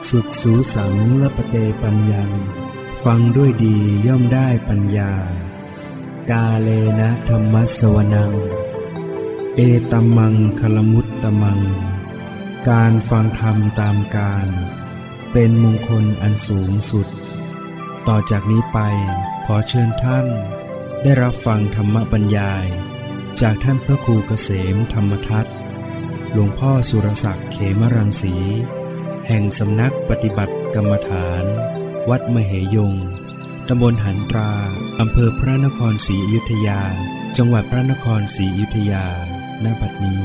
สุดสูสังละปะเตปัญญังฟังด้วยดีย่อมได้ปัญญากาเลนะธรรมัสสวนังเอตัมมังคลมุตตมังการฟังธรรมตามกาลเป็นมงคลอันสูงสุดต่อจากนี้ไปขอเชิญท่านได้รับฟังธรรมบรรยายจากท่านพระครูเกษมธรรมทัศน์หลวงพ่อสุรศักดิ์เขมรังสีแห่งสำนักปฏิบัติกรรมฐานวัดมเหยงตำบลหันตราอำเภอพระนครศรีอยุธยาจังหวัดพระนครศรีอยุธยาณ บัดนี้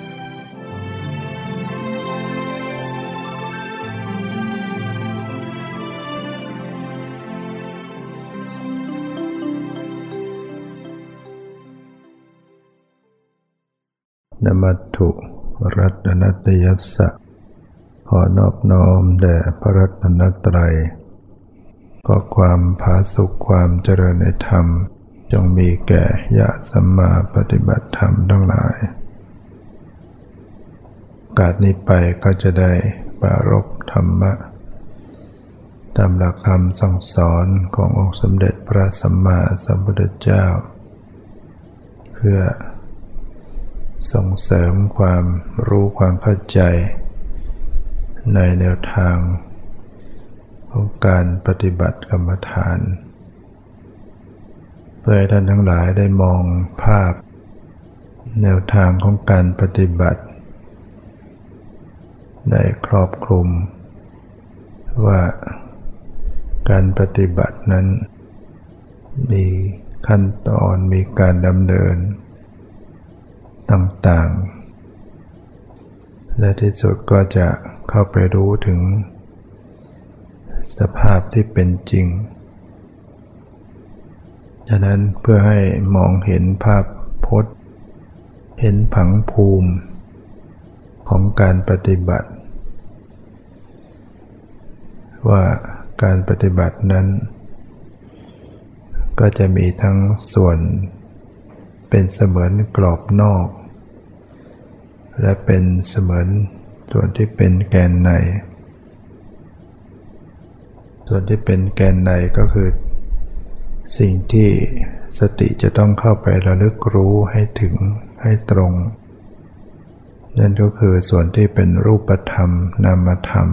นมัตถุรัตนตยัสสะขอนอบน้อมแด่พระรัตนตรัยขอความผาสุกความเจริญในธรรมจงมีแก่ญาติสัมมาปฏิบัติธรรมทั้งหลายโอกาสนี้ไปก็จะได้ปรารภธรรมะตามหลักคำสั่งสอนขององค์สมเด็จพระสัมมาสัมพุทธเจ้าเพื่อส่งเสริมความรู้ความเข้าใจในแนวทางของการปฏิบัติกรรมฐานเพื่อให้ท่านทั้งหลายได้มองภาพแนวทางของการปฏิบัติได้ครอบคลุมว่าการปฏิบัตินั้นมีขั้นตอนมีการดำเนินต่างๆและที่สุดก็จะเข้าไปรู้ถึงสภาพที่เป็นจริงฉะนั้นเพื่อให้มองเห็นภาพพจน์เห็นผังภูมิของการปฏิบัติว่าการปฏิบัตินั้นก็จะมีทั้งส่วนเป็นเสมือนกรอบนอกและเป็นเสมือนส่วนที่เป็นแกนในส่วนที่เป็นแกนในก็คือสิ่งที่สติจะต้องเข้าไประลึกรู้ให้ถึงให้ตรงนั่นก็คือส่วนที่เป็นรูปธรรมนามธรรม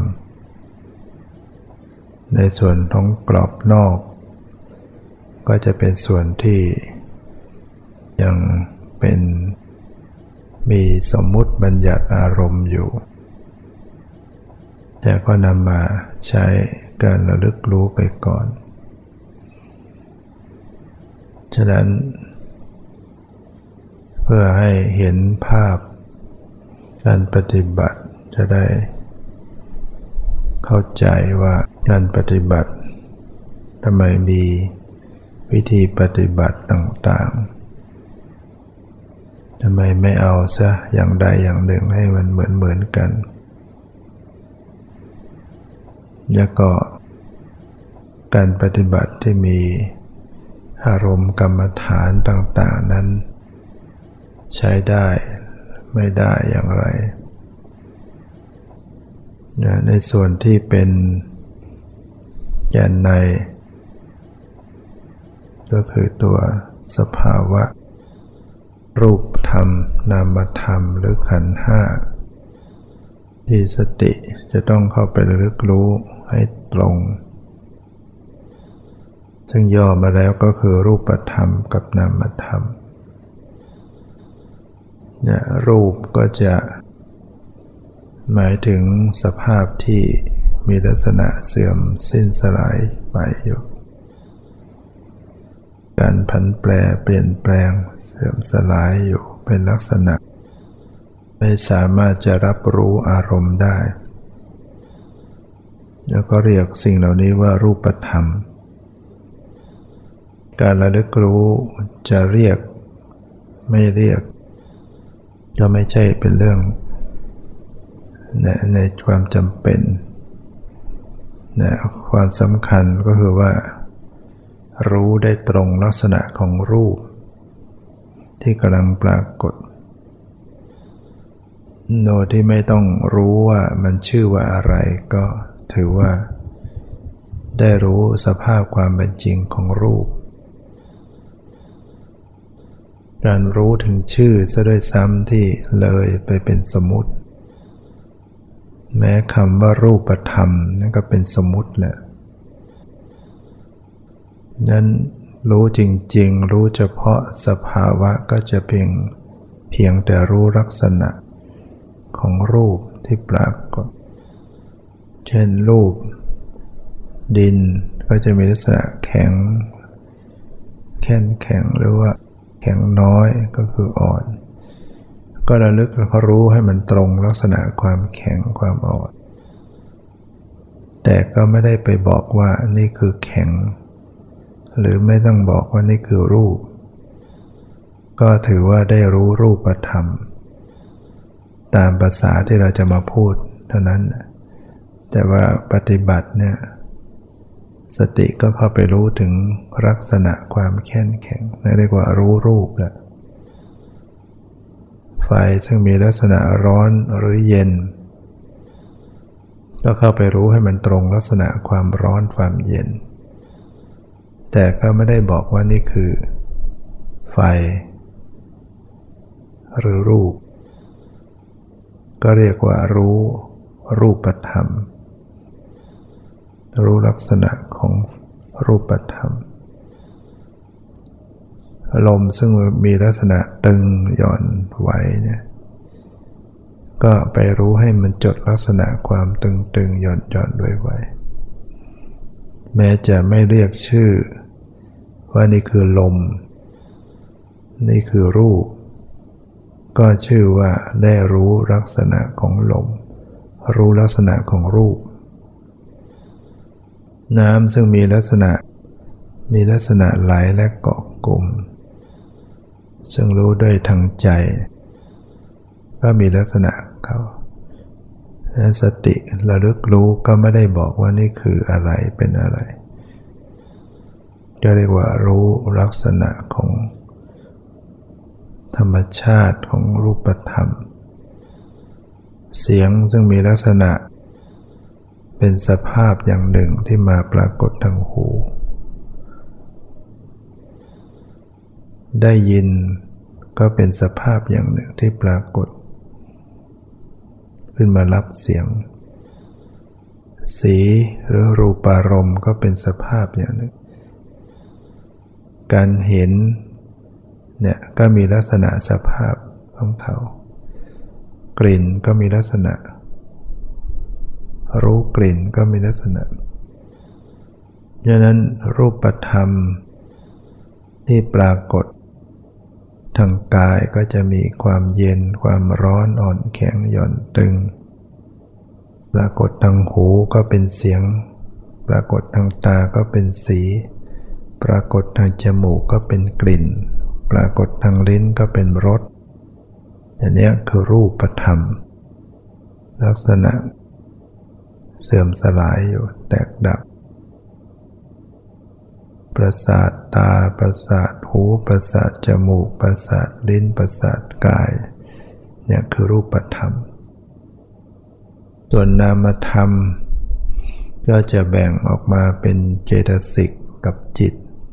ในส่วนของกรอบนอกก็จะเป็นส่วนที่ยังเป็นมีสมมุติบัญญัติอารมณ์อยู่แต่ก็นำมาใช้การระลึกรู้ไปก่อนฉะนั้นเพื่อให้เห็นภาพการปฏิบัติจะได้เข้าใจว่าการปฏิบัติทำไมมีวิธีปฏิบัติต่างๆทำไมไม่เอาซะอย่างใดอย่างหนึ่งให้มันเหมือนกันแล้วก็การปฏิบัติที่มีอารมณ์กรรมฐานต่างๆนั้นใช้ได้ไม่ได้อย่างไรในส่วนที่เป็นแกนในก็คือตัวสภาวะรูปธรรมนามธรรมหรือขันธ์ห้าที่สติจะต้องเข้าไประลึกรู้ให้ตรงซึ่งย่อมาแล้วก็คือรูปธรรมกับนามธรรมเนี่ยรูปก็จะหมายถึงสภาพที่มีลักษณะเสื่อมสิ้นสลายไปอยู่การผันแปรเปลี่ยนแปลงเสื่อมสลายอยู่เป็นลักษณะไม่สามารถจะรับรู้อารมณ์ได้แล้วก็เรียกสิ่งเหล่านี้ว่ารูปธรรมการระลึกรู้จะเรียกไม่เรียกก็ไม่ใช่เป็นเรื่องในความจำเป็นความสำคัญก็คือว่ารู้ได้ตรงลักษณะของรูปที่กำลังปรากฏโดยที่ไม่ต้องรู้ว่ามันชื่อว่าอะไรก็ถือว่าได้รู้สภาพความเป็นจริงของรูปการรู้ถึงชื่อซะด้วยซ้ำที่เลยไปเป็นสมมุติแม้คำว่ารูปธรรมนั่นก็เป็นสมมุติแหละนั้นรู้จริงๆรู้เฉพาะสภาวะก็จะเพียงแต่รู้ลักษณะของรูปที่ปรากฏเช่นรูปดินก็จะมีลักษณะแข็งแข็งหรือว่าแข็งน้อยก็คืออ่อนก็ระลึกแล้วก็รู้ให้มันตรงลักษณะความแข็งความอ่อนแต่ก็ไม่ได้ไปบอกว่านี่คือแข็งหรือไม่ต้องบอกว่านี่คือรูปก็ถือว่าได้รู้รูปธรรมตามภาษาที่เราจะมาพูดเท่านั้นแต่ว่าปฏิบัติเนี่ยสติก็เข้าไปรู้ถึงลักษณะความแข็งเรียกว่ารู้รูปแหละไฟซึ่งมีลักษณะร้อนหรือเย็นก็เข้าไปรู้ให้มันตรงลักษณะความร้อนความเย็นแต่ก็ไม่ได้บอกว่านี่คือไฟหรือรูปก็เรียกว่ารู้รูปธรรมรู้ลักษณะของรูปธรรมลมซึ่งมีลักษณะตึงหย่อนไหวเนี่ยก็ไปรู้ให้มันจดลักษณะความตึงหย่อนไหวแม้จะไม่เรียกชื่อว่านี่คือลมนี่คือรูปก็ชื่อว่าได้รู้ลักษณะของลมรู้ลักษณะของรูปน้ำซึ่งมีลักษณะไหลและเกาะกลุ่มซึ่งรู้ด้วยทางใจก็มีลักษณะเขาสติระลึกรู้ก็ไม่ได้บอกว่านี่คืออะไรเป็นอะไรก็เรียกว่ารู้ลักษณะของธรรมชาติของรูปธรรมเสียงซึ่งมีลักษณะเป็นสภาพอย่างหนึ่งที่มาปรากฏทางหูได้ยินก็เป็นสภาพอย่างหนึ่งที่ปรากฏขึ้นมารับเสียงสีหรือรูปารมณ์ก็เป็นสภาพอย่างหนึ่งการเห็นเนี่ยก็มีลักษณะสภาพของเขากลิ่นก็มีลักษณะรู้กลิ่นก็มีลักษณะดังนั้นรูปธรรมที่ปรากฏทางกายก็จะมีความเย็นความร้อนอ่อนแข็งหย่อนตึงปรากฏทางหูก็เป็นเสียงปรากฏทางตาก็เป็นสีปรากฏทางจมูกก็เป็นกลิ่นปรากฏทางลิ้นก็เป็นรสอย่างนี้คือรูปธรรมลักษณะเสื่อมสลายอยู่แตกดับประสาทตาประสาทหูประสาทจมูกประสาทลิ้นประสาทกายเนี่ยคือรูปธรรมส่วนนามธรรมก็จะแบ่งออกมาเป็นเจตสิกกับจิต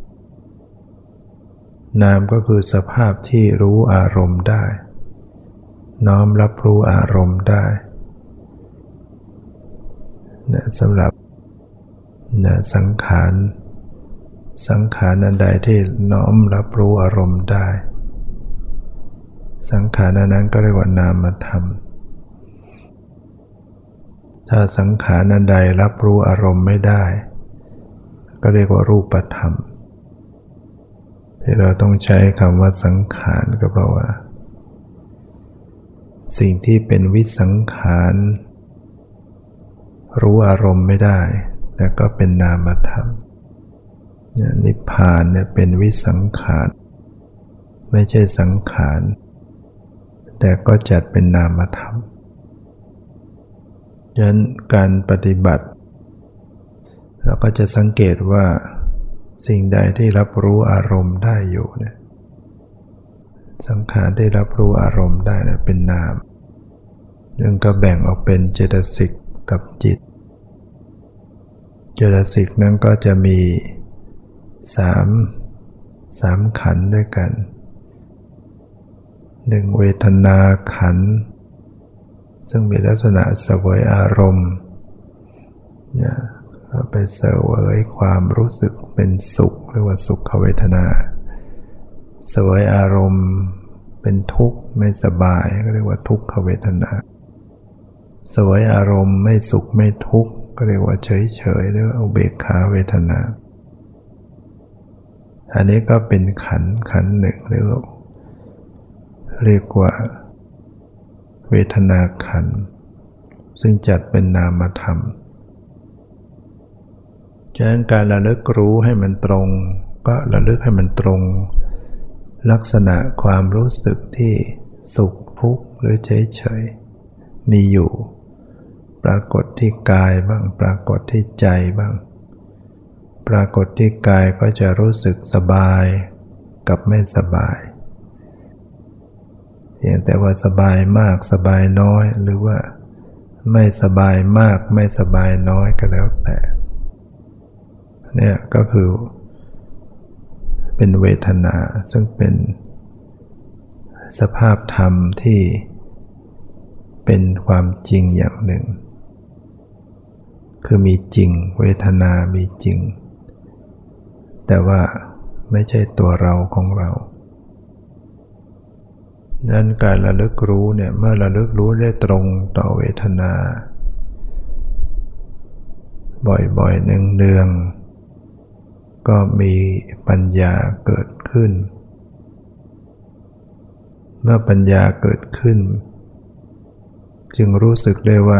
นามก็คือสภาพที่รู้อารมณ์ได้น้อมรับรู้อารมณ์ได้สำหรับสังขารอันใดที่น้อมรับรู้อารมณ์ได้สังขารนั้นก็เรียกว่านามธรรมถ้าสังขารอันใดรับรู้อารมณ์ไม่ได้ก็เรียกว่ารูปธรรมที่เราต้องใช้คำว่าสังขารก็เพราะว่าสิ่งที่เป็นวิสังขารรู้อารมณ์ไม่ได้แล้วก็เป็นนามธรรมนิพพานเนี่ยเป็นวิสังขารไม่ใช่สังขารแต่ก็จัดเป็นนามธรรมฉะนั้นการปฏิบัติเราก็จะสังเกตว่าสิ่งใดที่รับรู้อารมณ์ได้อยู่เนี่ยสังขารที่รับรู้อารมณ์ได้เนี่ยเป็นนามซึ่งก็แบ่งออกเป็นเจตสิกกับจิตเจตสิกนั้นก็จะมีสามขันธ์ด้วยกันหนึ่งเวทนาขันธ์ซึ่งมีลักษณะเสวยอารมณ์ไปเสวยความรู้สึกเป็นสุขเรียกว่าสุขเวทนาเสวยอารมณ์เป็นทุกข์ไม่สบายก็เรียกว่าทุกขเวทนาเสวยอารมณ์ไม่สุขไม่ทุกข์ก็เรียกว่าเฉยๆเรียกว่าอุเบกขาเวทนาอันนี้ก็เป็นขันธ์หนึ่งเรียกว่าเวทนาขันธ์ซึ่งจัดเป็นนามธรรมฉะนั้นการระลึกรู้ให้มันตรงก็ระลึกให้มันตรงลักษณะความรู้สึกที่สุขทุกข์หรือเฉยๆมีอยู่ปรากฏที่กายบ้างปรากฏที่ใจบ้างปรากฏที่กายก็จะรู้สึกสบายกับไม่สบายเพียงแต่ว่าสบายมากสบายน้อยหรือว่าไม่สบายมากไม่สบายน้อยก็แล้วแต่เนี่ยก็คือเป็นเวทนาซึ่งเป็นสภาพธรรมที่เป็นความจริงอย่างหนึ่งคือมีจริงเวทนามีจริงแต่ว่าไม่ใช่ตัวเราของเราดังนั้นการระลึกรู้เนี่ยเมื่อระลึกรู้ได้ตรงต่อเวทนาบ่อยๆเนืองๆก็มีปัญญาเกิดขึ้นเมื่อปัญญาเกิดขึ้นจึงรู้สึกได้ว่า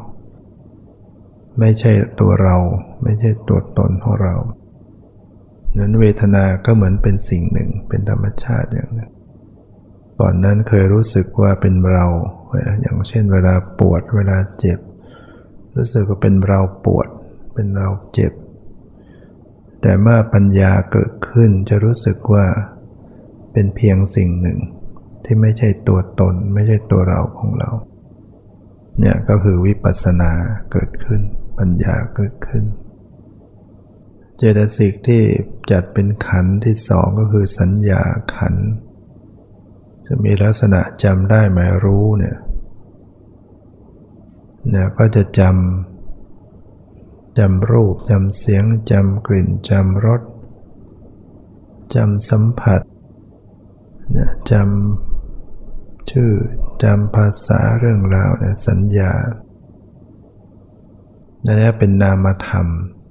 ไม่ใช่ตัวเราไม่ใช่ตัวตนของเรานั้นเวทนาก็เหมือนเป็นสิ่งหนึ่งเป็นธรรมชาติอย่างหนึ่งก่อนนั้นเคยรู้สึกว่าเป็นเราอย่างเช่นเวลาปวดเวลาเจ็บรู้สึกว่าเป็นเราปวดเป็นเราเจ็บแต่เมื่อปัญญาเกิดขึ้นจะรู้สึกว่าเป็นเพียงสิ่งหนึ่งที่ไม่ใช่ตัวตนไม่ใช่ตัวเราของเราเนี่ยก็คือวิปัสสนาเกิดขึ้นปัญญาเกิดขึ้นเจตสิกที่จัดเป็นขันธ์ที่สองก็คือสัญญาขันธ์จะมีลักษณะจำได้หมายรู้เนี่ยก็จะจำรูปจำเสียงจำกลิ่นจำรสจำสัมผัสจำชื่อจำภาษาเรื่องราวสัญญานั่นเป็นนามธรรม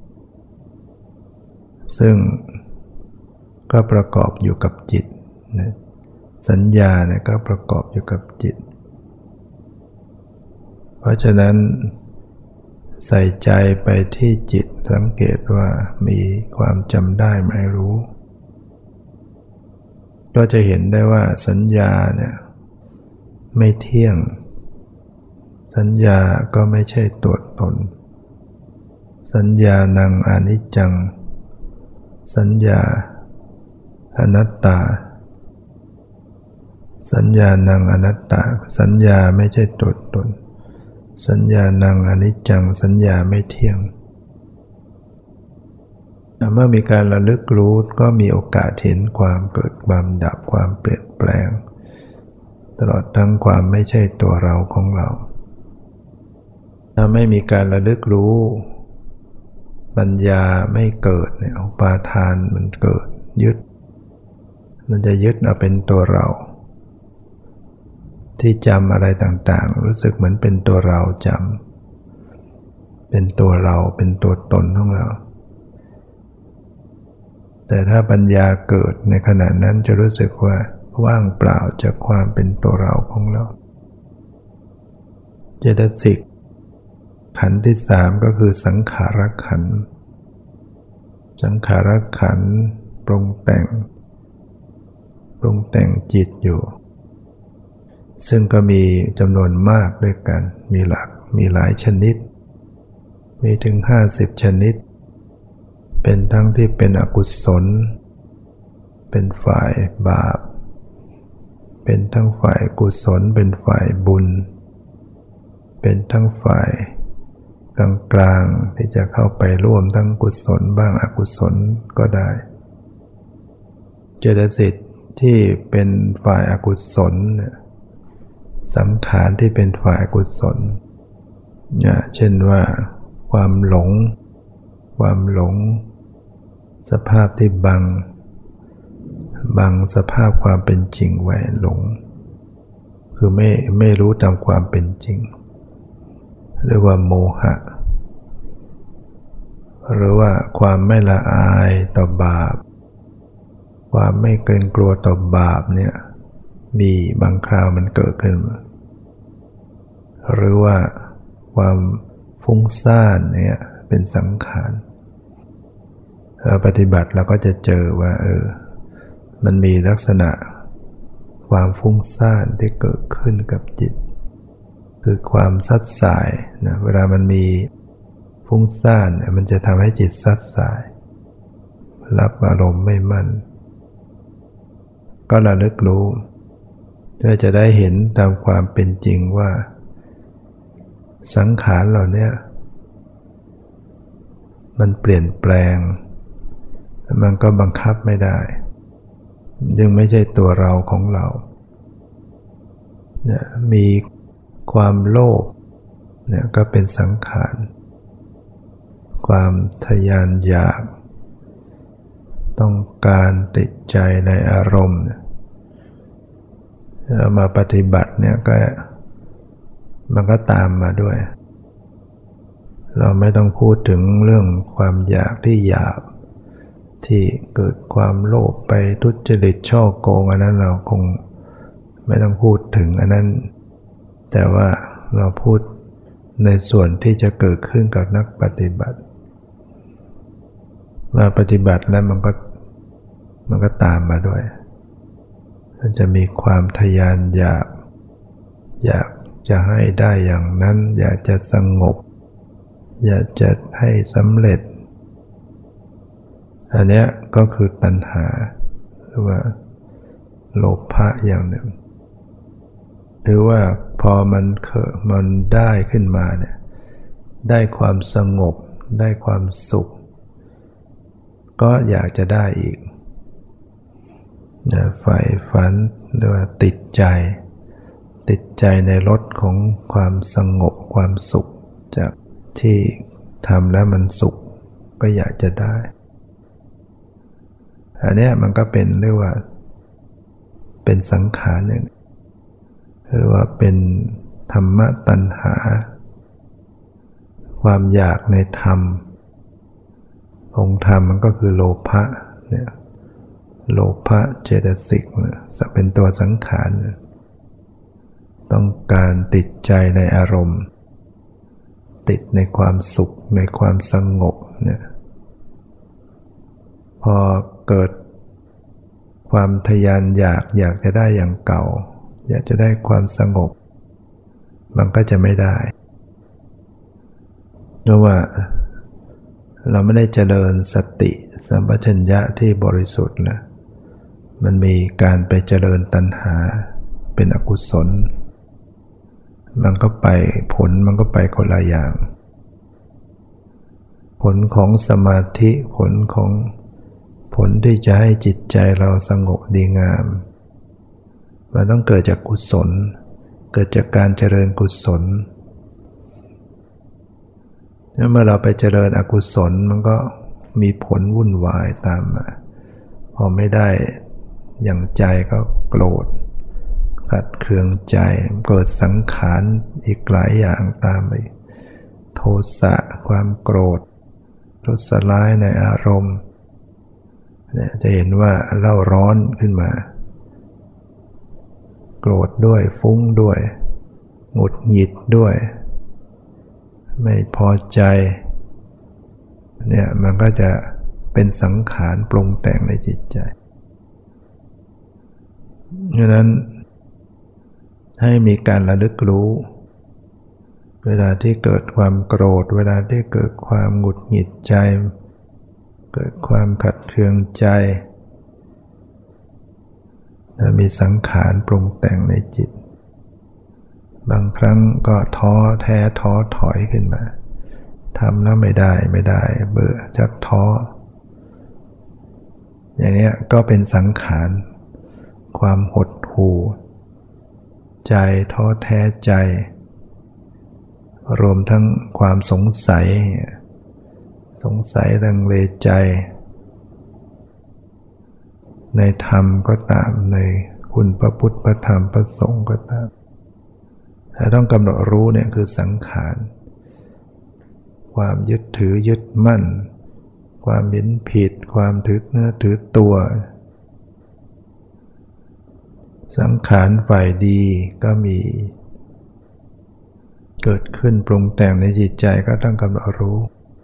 ซึ่งก็ประกอบอยู่กับจิตสัญญาก็ประกอบอยู่กับจิตเพราะฉะนั้นใส่ใจไปที่จิตสังเกตว่ามีความจำได้หมายรู้ก็จะเห็นได้ว่าสัญญาไม่เที่ยงสัญญาก็ไม่ใช่ตัวตนสัญญานังอนิจจังสัญญาอนัตตาสัญญานังอนัตตาสัญญาไม่ใช่ตัวตนสัญญานังอนิจจังสัญญาไม่เที่ยงเมื่อมีการระลึกรู้ก็มีโอกาสเห็นความเกิดความดับความเปลี่ยนแปลงตลอดทั้งความไม่ใช่ตัวเราของเราถ้าไม่มีการระลึกรู้ปัญญาไม่เกิดอุปาทานมันเกิดยึดมันจะยึดเอาเป็นตัวเราที่จำอะไรต่างๆรู้สึกเหมือนเป็นตัวเราจำเป็นตัวเราเป็นตัวตนของเราแต่ถ้าปัญญาเกิดในขณะนั้นจะรู้สึกว่าว่างเปล่าจากความเป็นตัวเราของเราเจตสิกขันธ์ที่สามก็คือสังขารขันธ์สังขารขันธ์ปรุงแต่งจิตอยู่ซึ่งก็มีจำนวนมากด้วยกันมีหลายชนิดมีถึง50ชนิดเป็นทั้งที่เป็นอกุศลเป็นฝ่ายบาปเป็นทั้งฝ่ายกุศลเป็นฝ่ายบุญเป็นทั้งฝ่ายกลางๆที่จะเข้าไปร่วมทั้งกุศลบ้างอกุศลก็ได้เจตสิกที่เป็นฝ่ายอกุศลสังขารที่เป็นฝ่ายอกุศลเช่นว่าความหลงสภาพที่บังสภาพความเป็นจริงไว้หลงคือไม่รู้ตามความเป็นจริงเรียกว่าโมหะหรือว่าความไม่ละอายต่อบาปความไม่เกรงกลัวต่อบาปเนี่ยมีบางคราวมันเกิดขึ้นมาหรือว่าความฟุ้งซ่านเนี่ยเป็นสังขารปฏิบัติเราก็จะเจอว่ามันมีลักษณะความฟุ้งซ่านที่เกิดขึ้นกับจิตคือความซัดสายนะเวลามันมีฟุ้งซ่านมันจะทำให้จิตซัดสายรับอารมณ์ไม่มั่นก็ระลึกรู้เพื่อจะได้เห็นตามความเป็นจริงว่าสังขารเหล่านี้มันเปลี่ยนแปลงมันก็บังคับไม่ได้ยังไม่ใช่ตัวเราของเราเนี่ยมีความโลภเนี่ยก็เป็นสังขารความทะยานอยากต้องการติดใจในอารมณ์เรามาปฏิบัติเนี่ยก็มันก็ตามมาด้วยเราไม่ต้องพูดถึงเรื่องความอยากที่หยาบที่เกิดความโลภไปทุจริตช่อโกงอันนั้นเราคงไม่ต้องพูดถึงอันนั้นแต่ว่าเราพูดในส่วนที่จะเกิดขึ้นกับนักปฏิบัติมาปฏิบัติแล้วมันก็ตามมาด้วยมันจะมีความทะยานอยากจะให้ได้อย่างนั้นอยากจะสงบอยากจะให้สำเร็จอันนี้ก็คือตัณหาหรือว่าโลภะอย่างหนึ่งหรือว่าพอมันได้ขึ้นมาเนี่ยได้ความสงบได้ความสุขก็อยากจะได้อีกใฝ่ฝันหรือว่าติดใจในรสของความสงบความสุขจากที่ทำแล้วมันสุขก็อยากจะได้อันนี้มันก็เป็นเรียกว่าเป็นสังขารหนึ่งหรือว่าเป็นธรรมตัณหาความอยากในธรรมองค์ธรรมมันก็คือโลภะเนี่ยโลภะเจตสิกเป็นตัวสังขารต้องการติดใจในอารมณ์ติดในความสุขในความสงบเนี่ยพอเกิดความทะยานอยากจะได้อย่างเก่าอยากจะได้ความสงบมันก็จะไม่ได้เพราะว่าเราไม่ได้เจริญสติสัมปชัญญะที่บริสุทธิ์นะมันมีการไปเจริญตัณหาเป็นอกุศลมันก็ไปผลมันก็ไปคนละอย่างผลของสมาธิผลที่จะให้จิตใจเราสงบดีงามมันต้องเกิดจากกุศลเกิดจากการเจริญกุศลเมื่อเราไปเจริญอกุศลมันก็มีผลวุ่นวายตามมาพอไม่ได้อย่างใจก็โกรธขัดเคืองใจเกิดสังขารอีกหลายอย่างตามไปโทสะความโกรธทุสร้ายในอารมณ์เนี่ยจะเห็นว่าเล่าร้อนขึ้นมาโกรธด้วยฟุ้งด้วยหงุดหงิดด้วยไม่พอใจเนี่ยมันก็จะเป็นสังขารปรุงแต่งในจิตใจดังนั้นให้มีการระลึกรู้เวลาที่เกิดความโกรธเวลาที่เกิดความหงุดหงิดใจเกิดความขัดเคืองใจมีสังขารปรุงแต่งในจิตบางครั้งก็ท้อแท้ท้อถอยขึ้นมาทำแล้วไม่ได้เบื่อจักท้ออย่างนี้ก็เป็นสังขารความหดหู่ใจท้อแท้ใจรวมทั้งความสงสัยลังเลใจในธรรมก็ตามในคุณพระพุทธพระธรรมพระสงฆ์ก็ตามแต่ต้องกำหนดรู้เนี่ยคือสังขารความยึดถือยึดมั่นความเห็นผิดความถือเนื้อถือตัวสังขารฝ่ายดีก็มีเกิดขึ้นปรุงแต่งในจิตใจก็ต้องกำหนดรู้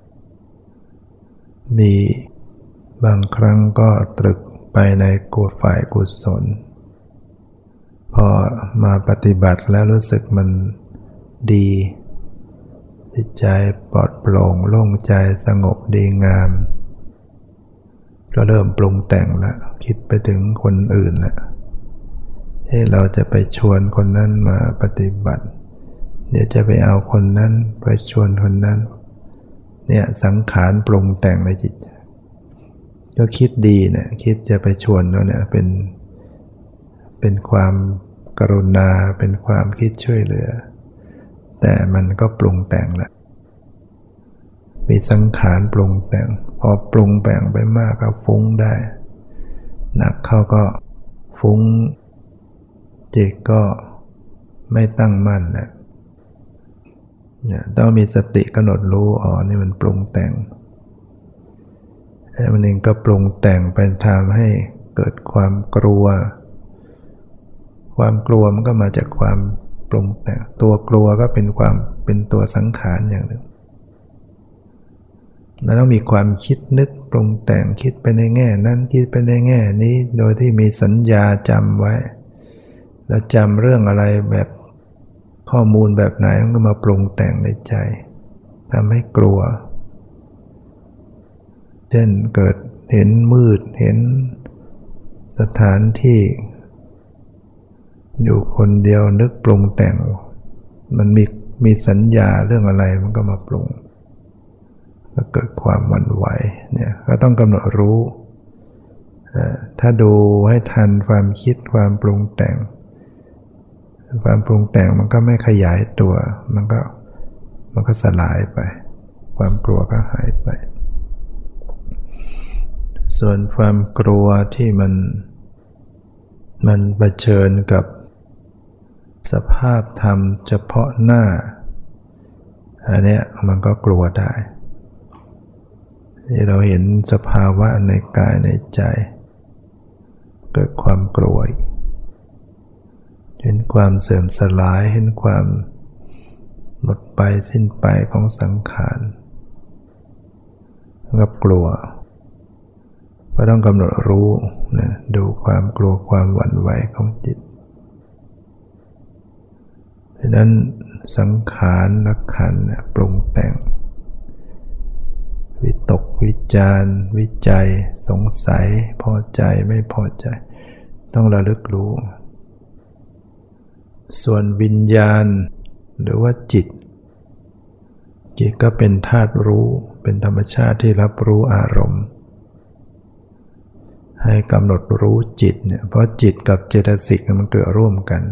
มีบางครั้งก็ตรึกไปในฝ่ายกุศลพอมาปฏิบัติแล้วรู้สึกมันดีจิตใจปลอดโปร่งโล่งใจสงบดีงามก็เริ่มปรุงแต่งแล้วคิดไปถึงคนอื่นแล้วเราจะไปชวนคนนั้นมาปฏิบัติเดี๋ยวจะไปเอาคนนั้นไปชวนคนนั้นเนี่ยสังขารปรุงแต่งในจิตก็คิดดีเนี่ยคิดจะไปชวนแล้วเนี่ยเป็นความกรุณาเป็นความคิดช่วยเหลือแต่มันก็ปรุงแต่งแหละมีสังขารปรุงแต่งพอปรุงแต่งไปมากก็ฟุ้งได้หนักเข้าก็ฟุ้งจิตก็ไม่ตั้งมั่นแหละต้องมีสติกำหนดรู้นี่มันปรุงแต่งมันเองก็ปรุงแต่งไปทำให้เกิดความกลัวมันก็มาจากความปรุงแต่งตัวกลัวก็เป็นตัวสังขารอย่างหนึ่งมันต้องมีความคิดนึกปรุงแต่งคิดไปในแง่นั้นคิดไปในแง่นี้โดยที่มีสัญญาจำไว้แล้วจำเรื่องอะไรแบบข้อมูลแบบไหนมันก็มาปรุงแต่งในใจทำให้กลัวเช่นเกิดเห็นมืดเห็นสถานที่อยู่คนเดียวนึกปรุงแต่งมันมีสัญญาเรื่องอะไรมันก็มาปรุงแล้วเกิดความหวั่นไหวเนี่ยก็ต้องกำหนดรู้ถ้าดูให้ทันความคิดความปรุงแต่งมันก็ไม่ขยายตัวมันก็สลายไปความกลัวก็หายไปส่วนความกลัวที่มันเผชิญกับสภาพธรรมเฉพาะหน้าอันเนี้ยมันก็กลัวได้ที่เราเห็นสภาวะในกายในใจเกิดความกลัวเห็นความเสื่อมสลายเห็นความหมดไปสิ้นไปของสังขารก็กลัวก็ต้องกำหนดรู้นะดูความกลัวความหวั่นไหวของจิตเพราะนั้นสังขารและขันธ์ปรุงแต่งวิตกวิจารวิจัยสงสัยพอใจไม่พอใจต้องระลึกรู้ส่วนวิญญาณหรือว่าจิตก็เป็นธาตุรู้เป็นธรรมชาติที่รับรู้อารมณ์ให้กำหนดรู้จิตเนี่ยเพราะจิตกับเจตสิกมันเกิดร่วมกัน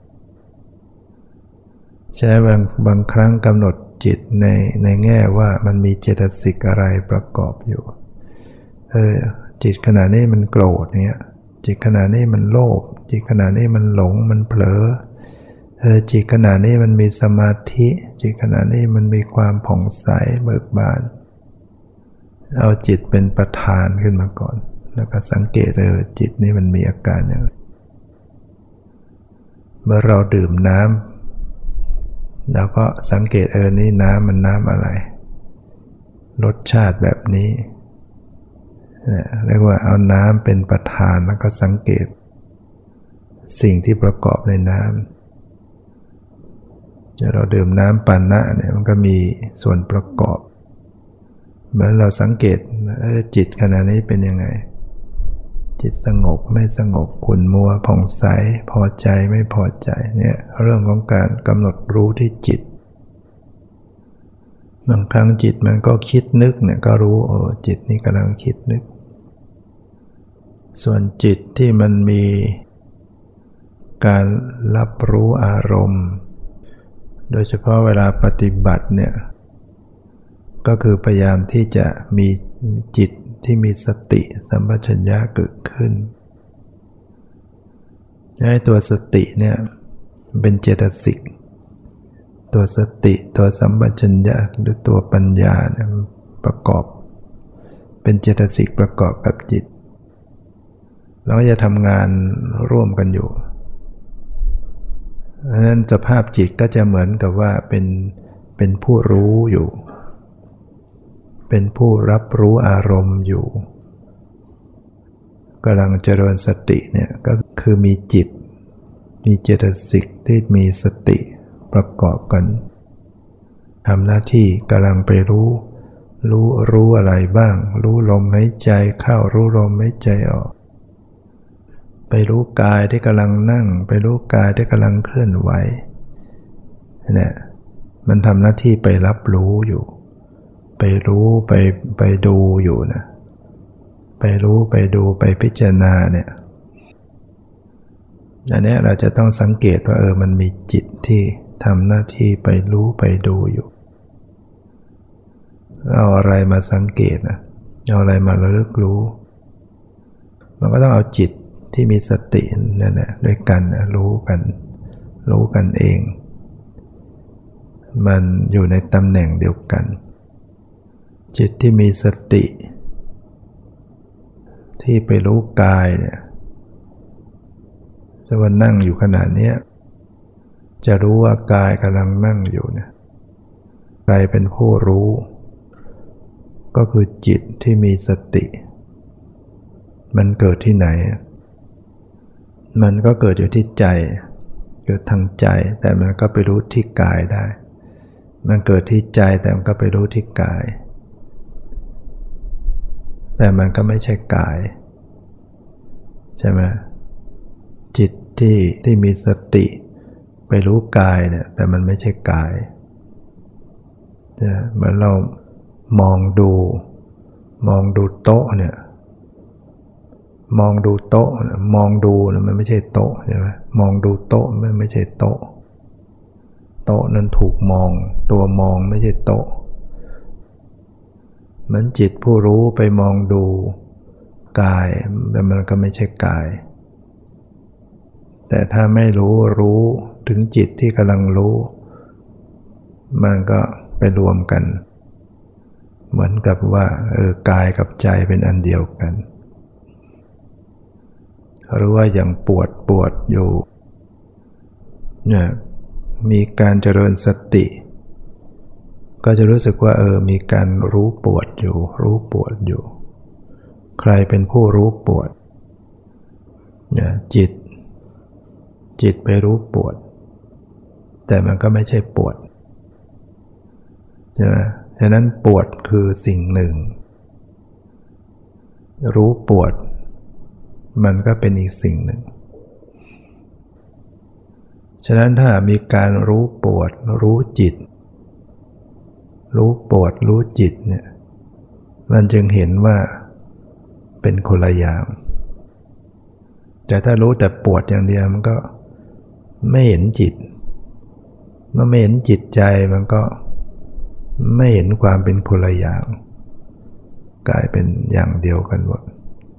ใช้บางครั้งกำหนดจิตในแง่ว่ามันมีเจตสิกอะไรประกอบอยู่จิตขณะนี้มันโกรธเนี่ยจิตขณะนี้มันโลภจิตขณะนี้มันหลงมันเผลอจิตขณะนี้มันมีสมาธิจิตขณะนี้มันมีความผ่องใสเบิกบานเอาจิตเป็นประธานขึ้นมาก่อนแล้วก็สังเกตจิตนี้มันมีอาการอย่างไรเมื่อเราดื่มน้ำแล้วก็สังเกตนี่น้ำมันน้ำอะไรรสชาติแบบนี้เรียกว่าเอาน้ำเป็นประธานแล้วก็สังเกตสิ่งที่ประกอบในน้ำเราดื่มน้ำปานะเนี่ยมันก็มีส่วนประกอบเมื่อเราสังเกตจิตขณะนี้เป็นยังไงจิตสงบไม่สงบขุ่นมัวผ่องใสพอใจไม่พอใจเนี่ยเรื่องของการกำหนดรู้ที่จิตบางครั้งจิตมันก็คิดนึกเนี่ยก็รู้จิตนี่กำลังคิดนึกส่วนจิตที่มันมีการรับรู้อารมณ์โดยเฉพาะเวลาปฏิบัติเนี่ยก็คือพยายามที่จะมีจิตที่มีสติสัมปชัญญะเกิดขึ้นให้ตัวสติเนี่ยเป็นเจตสิกตัวสติตัวสัมปชัญญะหรือตัวปัญญาเนี่ยประกอบเป็นเจตสิกประกอบกับจิตแล้วจะทำงานร่วมกันอยู่เพราะฉะนั้นสภาพจิตก็จะเหมือนกับว่าเป็นผู้รู้อยู่เป็นผู้รับรู้อารมณ์อยู่กำลังเจริญสติเนี่ยก็คือมีจิตมีเจตสิกที่มีสติประกอบกันทำหน้าที่กำลังไปรู้อะไรบ้างรู้ลมหายใจเข้ารู้ลมหายใจออกไปรู้กายที่กำลังนั่งไปรู้กายที่กำลังเคลื่อนไหวเนี่ยมันทำหน้าที่ไปรับรู้อยู่ไปรู้ไปดูอยู่นะไปรู้ไปดูไปพิจารณาเนี่ยอันนี้เราจะต้องสังเกตว่ามันมีจิตที่ทำหน้าที่ไปรู้ไปดูอยู่เอาอะไรมาสังเกตนะเอาอะไรมาระลึกรู้มันก็ต้องเอาจิตที่มีสตินั่นแหละด้วยกันรู้กันเองมันอยู่ในตำแหน่งเดียวกันจิตที่มีสติที่ไปรู้กายเนี่ยสมมุตินั่งอยู่ขณะนี้จะรู้ว่ากายกำลังนั่งอยู่เนี่ยใครเป็นผู้รู้ก็คือจิตที่มีสติมันเกิดที่ไหนมันก็เกิดอยู่ที่ใจเกิดทางใจแต่มันก็ไปรู้ที่กายได้มันเกิดที่ใจแต่มันก็ไปรู้ที่กายแต่มันก็ไม่ใช่กายใช่ไหมจิตที่มีสติไปรู้กายเนี่ยแต่มันไม่ใช่กายเหมือนเรามองดูโต๊ะเนี่ยมองดูโต๊ะมองดูมันไม่ใช่โต๊ะใช่ไหมมองดูโต๊ะมันไม่ใช่โต๊ะโต๊ะนั้นถูกมองตัวมองไม่ใช่โต๊ะเหมือนจิตผู้รู้ไปมองดูกายแต่มันก็ไม่ใช่กายแต่ถ้าไม่รู้ถึงจิตที่กำลังรู้มันก็ไปรวมกันเหมือนกับว่ากายกับใจเป็นอันเดียวกันหรือว่าอย่างปวดอยู่เนี่ยมีการเจริญสติก็จะรู้สึกว่ามีการรู้ปวดอยู่ใครเป็นผู้รู้ปวดเนี่ยจิตไปรู้ปวดแต่มันก็ไม่ใช่ปวดใช่ไหมฉะนั้นปวดคือสิ่งหนึ่งรู้ปวดมันก็เป็นอีกสิ่งหนึ่งฉะนั้นถ้ามีการรู้ปวดรู้จิตรู้ปวดรู้จิตเนี่ยมันจึงเห็นว่าเป็นคนละอย่างแต่ถ้ารู้แต่ปวดอย่างเดียวมันก็ไม่เห็นจิตเมื่อไม่เห็นจิตใจมันก็ไม่เห็นความเป็นคนละอย่างกลายเป็นอย่างเดียวกันหมด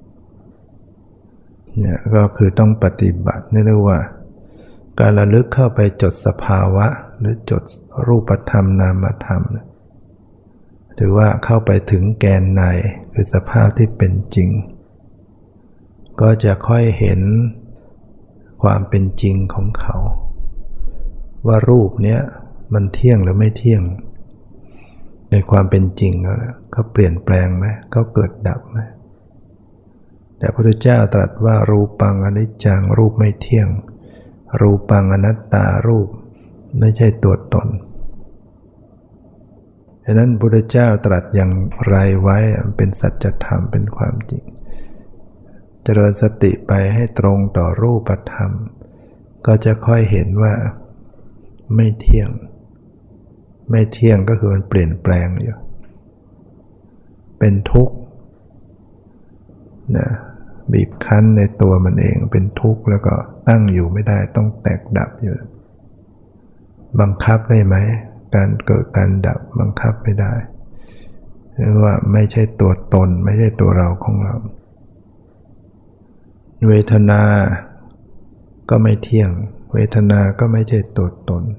เนี่ยก็คือต้องปฏิบัตินี่เรียกว่าการระลึกเข้าไปจดสภาวะหรือจดรูปธรรมนามธรรมถือว่าเข้าไปถึงแกนในคือสภาพที่เป็นจริงก็จะค่อยเห็นความเป็นจริงของเขาว่ารูปเนี้ยมันเที่ยงหรือไม่เที่ยงในความเป็นจริงเขาเปลี่ยนแปลงไหมเขาเกิดดับไหมแต่พระพุทธเจ้าตรัสว่ารูปังอนิจจังรูปไม่เที่ยงรูปังอนัตตารูปไม่ใช่ตัวตนฉะนั้นพระพุทธเจ้าตรัสอย่างไรไว้เป็นสัจธรรมเป็นความจริงเจริญสติไปให้ตรงต่อรูปธรรมก็จะค่อยเห็นว่าไม่เที่ยงไม่เที่ยงก็คือมันเปลี่ยนแปลงอยู่เป็นทุกข์นะบีบคั้นในตัวมันเองเป็นทุกข์แล้วก็ตั้งอยู่ไม่ได้ต้องแตกดับอยู่บังคับได้ไหมการเกิดการดับบังคับไม่ได้เพราะว่าไม่ใช่ตัวตนไม่ใช่ตัวเราของเราเวทนาก็ไม่เที่ยงเวทนาก็ไม่ใช่ตัวตน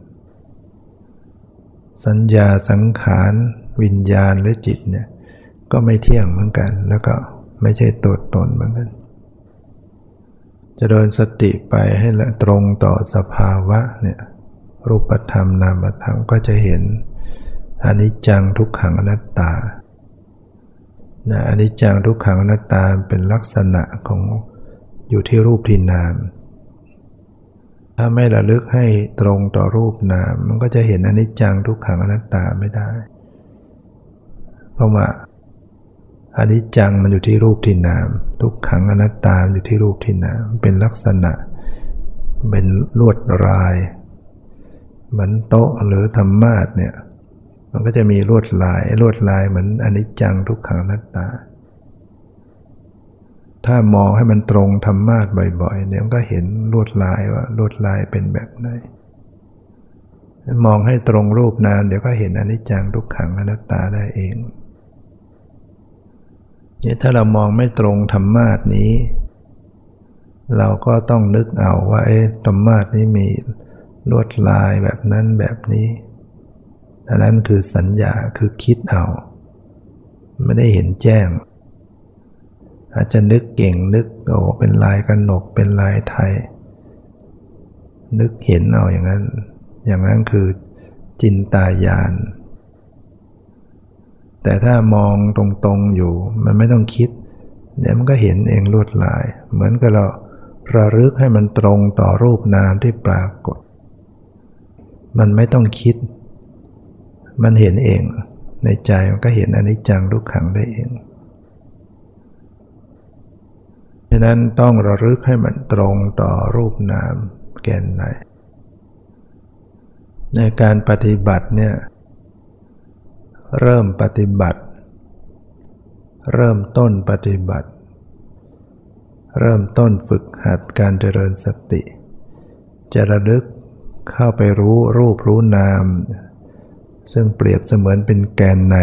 สัญญาสังขารวิญญาณหรือจิตเนี่ยก็ไม่เที่ยงเหมือนกันแล้วก็ไม่ใช่ตัวตนเหมือนกันจะเดินสติไปให้ตรงต่อสภาวะเนี่ยรูปธรรมนามธรรมก็จะเห็นอนิจจังทุกขังอนัตตาอนิจจังทุกขังอนัตตาเป็นลักษณะของอยู่ที่รูปที่นามถ้าไม่ระลึกให้ตรงต่อรูปนามมันก็จะเห็นอนิจจังทุกขังอนัตตาไม่ได้เพราะว่าอนิจจังมันอยู่ที่รูปที่นามทุกขังอนัตตาอยู่ที่รูปที่นามเป็นลักษณะเป็นลวดลายเหมือนโต๊ะหรือธรรมาสน์เนี่ยมันก็จะมีลวดลายเหมือนอนิจจังทุกขังอนัตตาถ้ามองให้มันตรงธรรมาสน์บ่อยๆเนี่ยมันก็เห็นลวดลายว่าลวดลายเป็นแบบไหนมองให้ตรงรูปนามเดี๋ยวก็เห็นอนิจจังทุกขังอนัตตาได้เองเนี่ยถ้าเรามองไม่ตรงธรรมาสน์นี้เราก็ต้องนึกเอาว่าธรรมาสน์นี้มีลวดลายแบบนั้นแบบนี้อันนั้นคือสัญญาคือคิดเอาไม่ได้เห็นแจ้งอาจจะนึกเก่งนึกเป็นลายกนกเป็นลายไทยนึกเห็นเอาอย่างนั้นคือจินตญาณแต่ถ้ามองตรงๆอยู่มันไม่ต้องคิดเดี๋ยวมันก็เห็นเองลวดลายเหมือนกับเราระลึกให้มันตรงต่อรูปนามที่ปรากฏมันไม่ต้องคิดมันเห็นเองในใจมันก็เห็นอนิจจังทุกขังได้เองฉะนั้นต้องระลึกให้มันตรงต่อรูปนามแก่นในในการปฏิบัติเนี่ยเริ่มปฏิบัติเริ่มต้นปฏิบัติเริ่มต้นฝึกหัดการเจริญสติจะระลึกเข้าไปรู้รูปรู้นามซึ่งเปรียบเสมือนเป็นแกนใน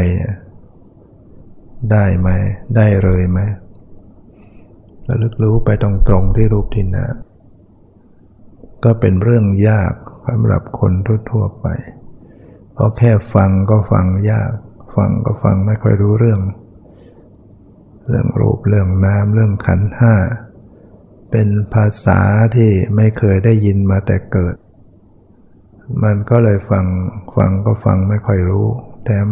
ได้ไหมได้เลยไหมระลึกรู้ไปตรงๆที่รูปที่นามก็เป็นเรื่องยากสำหรับคนทั่วๆไปเพราะแค่ฟังก็ฟังยากฟังก็ฟังไม่ค่อยรู้เรื่องรูปเรื่องนามเรื่องขันธ์ห้าเป็นภาษาที่ไม่เคยได้ยินมาแต่เกิดมันก็เลยฟังก็ฟังไม่ค่อยรู้แถม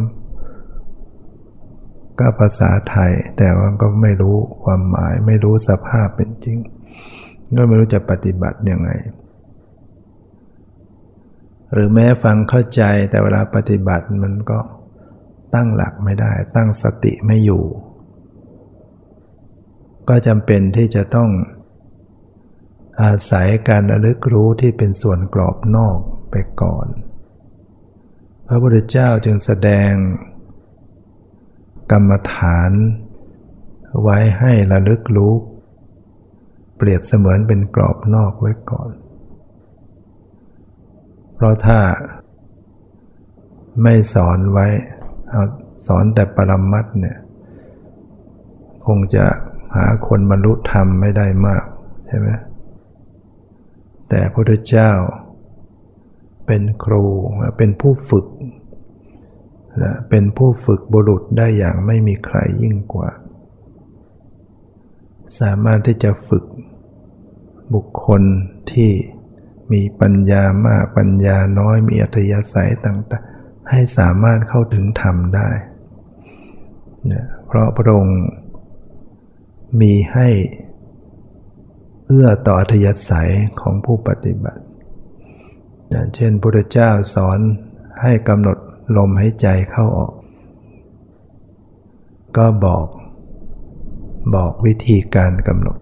ก็ภาษาไทยแต่ว่าก็ไม่รู้ความหมายไม่รู้สภาพเป็นจริงก็ไม่รู้จะปฏิบัติยังไงหรือแม้ฟังเข้าใจแต่เวลาปฏิบัติมันก็ตั้งหลักไม่ได้ตั้งสติไม่อยู่ก็จำเป็นที่จะต้องอาศัยการระลึกรู้ที่เป็นส่วนกรอบนอกไปก่อนพระพุทธเจ้าจึงแสดงกรรมฐานไว้ให้ระลึกรู้เปรียบเสมือนเป็นกรอบนอกไว้ก่อนเพราะถ้าไม่สอนไว้เอาสอนแต่ปรมัตถ์เนี่ยคงจะหาคนบรรลุธรรมไม่ได้มากใช่ไหมแต่พระพุทธเจ้าเป็นครูเป็นผู้ฝึกนะเป็นผู้ฝึกบุรุษได้อย่างไม่มีใครยิ่งกว่าสามารถที่จะฝึกบุคคลที่มีปัญญามากปัญญาน้อยมีอัธยาศัยต่างๆให้สามารถเข้าถึงธรรมได้นะเพราะพระองค์มีให้เอื้อต่ออัธยาศัยของผู้ปฏิบัติอย่างเช่นพระพุทธเจ้าสอนให้กำหนดลมหายใจเข้าออกก็บอกวิธีการกำหนด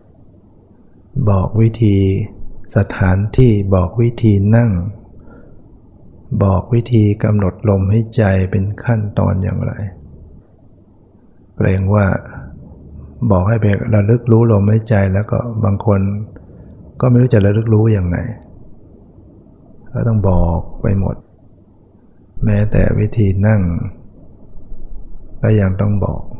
บอกวิธีสถานที่บอกวิธีนั่งบอกวิธีกำหนดลมหายใจเป็นขั้นตอนอย่างไรเกรงว่าบอกให้ไประลึกรู้ลมหายใจแล้วก็บางคนก็ไม่รู้จะระลึกรู้อย่างไรก็ต้องบอกไปหมดแม้แต่วิธีนั่งก็ยังต้อง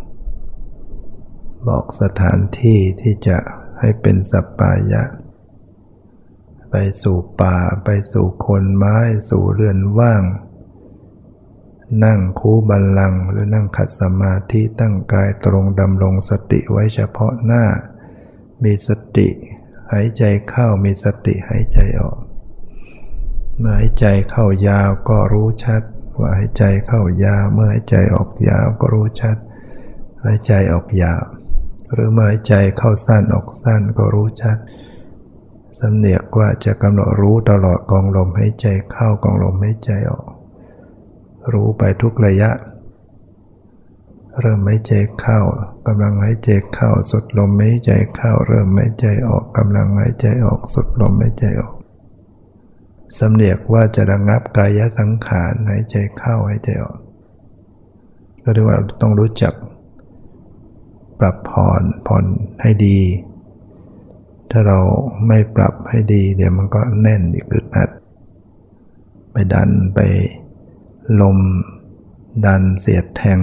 บอกสถานที่ที่จะให้เป็นสัปปายะไปสู่ป่าไปสู่โคนไม้สู่เรือนว่างนั่งคูบัลลังก์หรือนั่งขัดสมาธิตั้งกายตรงดำรงสติไว้เฉพาะหน้ามีสติหายใจเข้ามีสติหายใจออกเมื่อหายใจเข้ายาวก็รู้ชัดว่าหายใจเข้ายาวเมื่อหายใจออกยาวก็รู้ชัดหายใจออกยาวหรือเมื่อหายใจเข้าสั้นออกสั้นก็รู้ชัดสำเนียกว่าจะกำหนดรู้ตลอดกองลมหายใจเข้ากองลมหายใจออกรู้ไปทุกระยะเริ่มหายใจเข้ากำลังหายใจเข้าสุดลมหายใจเข้าเริ่มหายใจออกกำลังหายใจออกสุดลมหายใจออกสำเนียกว่าจะระงับกายสังขารหายใจเข้าหายใจออกก็เรียกว่าต้องรู้จักปรับผ่อนให้ดีถ้าเราไม่ปรับให้ดีเดี๋ยวมันก็แน่นอีกอึดอัดไปดันไปลมดันเสียดแทง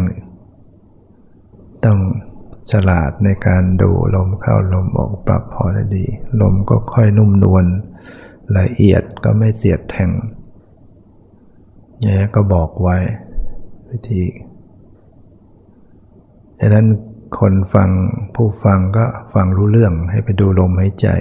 ต้องฉลาดในการดูลมเข้าลมออกปรับผ่อนให้ดีลมก็ค่อยนุ่มนวลละเอียดก็ไม่เสียดแทงอย่างนี้ก็บอกไว้วิธีฉะนั้นคนฟังผู้ฟังก็ฟังรู้เรื่องให้ไปดูลมหายใจ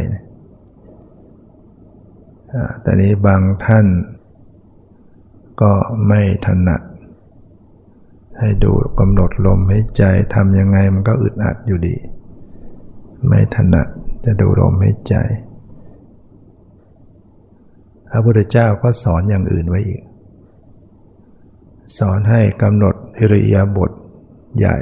แต่นี้บางท่านก็ไม่ถนัดให้ดูกำหนดลมหายใจทำยังไงมันก็อึดอัดอยู่ดีไม่ถนัดจะดูลมหายใจพระพุทธเจ้าก็สอนอย่างอื่นไว้อีกสอนให้กำหนดอิริยาบถใหญ่